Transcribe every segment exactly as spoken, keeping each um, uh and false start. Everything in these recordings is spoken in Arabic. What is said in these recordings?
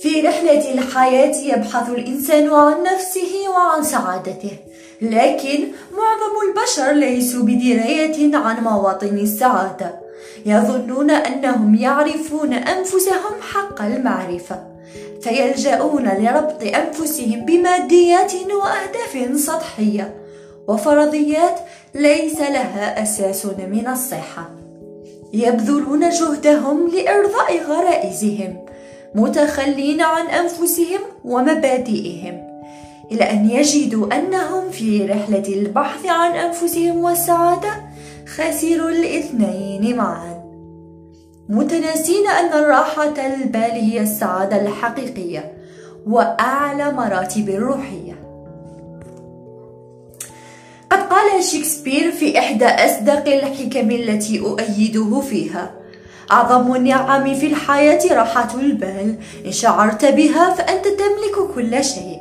في رحلة الحياة يبحث الإنسان عن نفسه وعن سعادته، لكن معظم البشر ليسوا بدراية عن مواطن السعادة. يظنون أنهم يعرفون أنفسهم حق المعرفة، فيلجؤون لربط أنفسهم بماديات وأهداف سطحية وفرضيات ليس لها أساس من الصحة. يبذلون جهدهم لإرضاء غرائزهم، متخلين عن أنفسهم ومبادئهم، إلى أن يجدوا أنهم في رحلة البحث عن أنفسهم والسعادة خسروا الاثنين معا، متناسين أن الراحة البال هي السعادة الحقيقية وأعلى مراتب الروحية. قد قال شكسبير في إحدى أصدق الحكم التي أؤيده فيها: أعظم النعم في الحياة راحة البال، إن شعرت بها فأنت تملك كل شيء.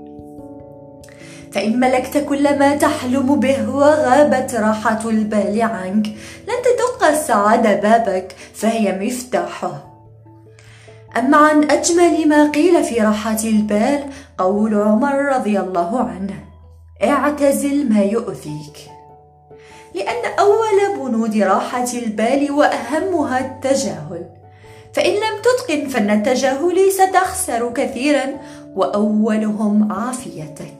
فإن ملكت كل ما تحلم به وغابت راحة البال عنك، لن تدق السعادة بابك، فهي مفتاحه. أما عن أجمل ما قيل في راحة البال قول عمر رضي الله عنه: اعتزل ما يؤذيك، لأن أول بنود راحة البال وأهمها التجاهل، فإن لم تتقن فن التجاهل ستخسر كثيرا، وأولهم عافيتك.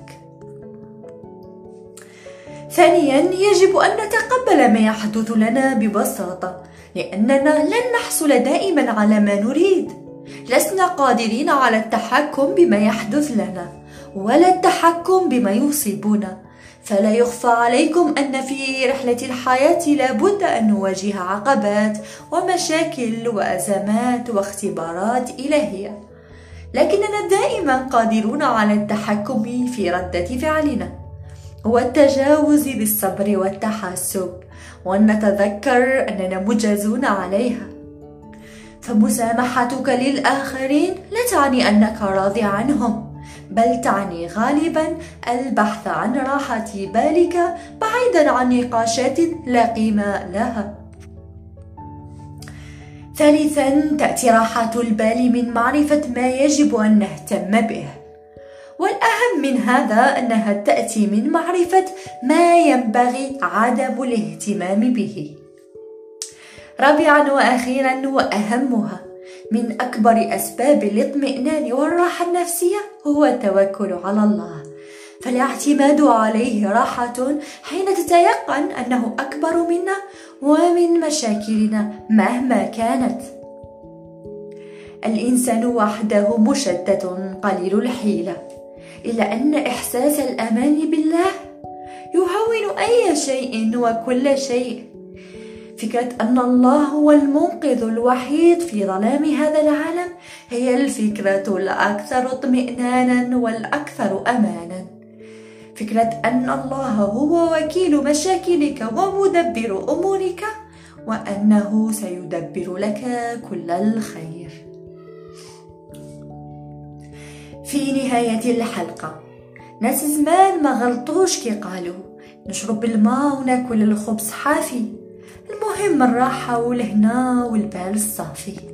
ثانيا، يجب أن نتقبل ما يحدث لنا ببساطة، لأننا لن نحصل دائما على ما نريد. لسنا قادرين على التحكم بما يحدث لنا ولا التحكم بما يصيبنا، فلا يخفى عليكم أن في رحلة الحياة لابد أن نواجه عقبات ومشاكل وأزمات واختبارات إلهية، لكننا دائما قادرون على التحكم في ردة فعلنا والتجاوز بالصبر والتحسب، وأن نتذكر أننا مجازون عليها. فمسامحتك للآخرين لا تعني أنك راضي عنهم، بل تعني غالبا البحث عن راحة بالك بعيدا عن نقاشات لا قيمة لها. ثالثا، تأتي راحة البال من معرفة ما يجب أن نهتم به، والأهم من هذا أنها تأتي من معرفة ما ينبغي عدم الاهتمام به. رابعا وأخيرا وأهمها، من أكبر أسباب الاطمئنان والراحة النفسية هو التوكل على الله، فالاعتماد عليه راحة حين تتيقن أنه أكبر منا ومن مشاكلنا مهما كانت. الإنسان وحده مشتت قليل الحيلة، إلا أن إحساس الأمان بالله يهون أي شيء وكل شيء. فكرة أن الله هو المنقذ الوحيد في ظلام هذا العالم هي الفكرة الأكثر اطمئنانا والأكثر أمانا. فكرة أن الله هو وكيل مشاكلك ومدبر أمورك، وأنه سيدبر لك كل الخير. في نهاية الحلقة، ناس زمان ما غلطوش كي قالوا نشرب الماء وناكل الخبز حافي، المهم الراحة والهنا والبال الصافي.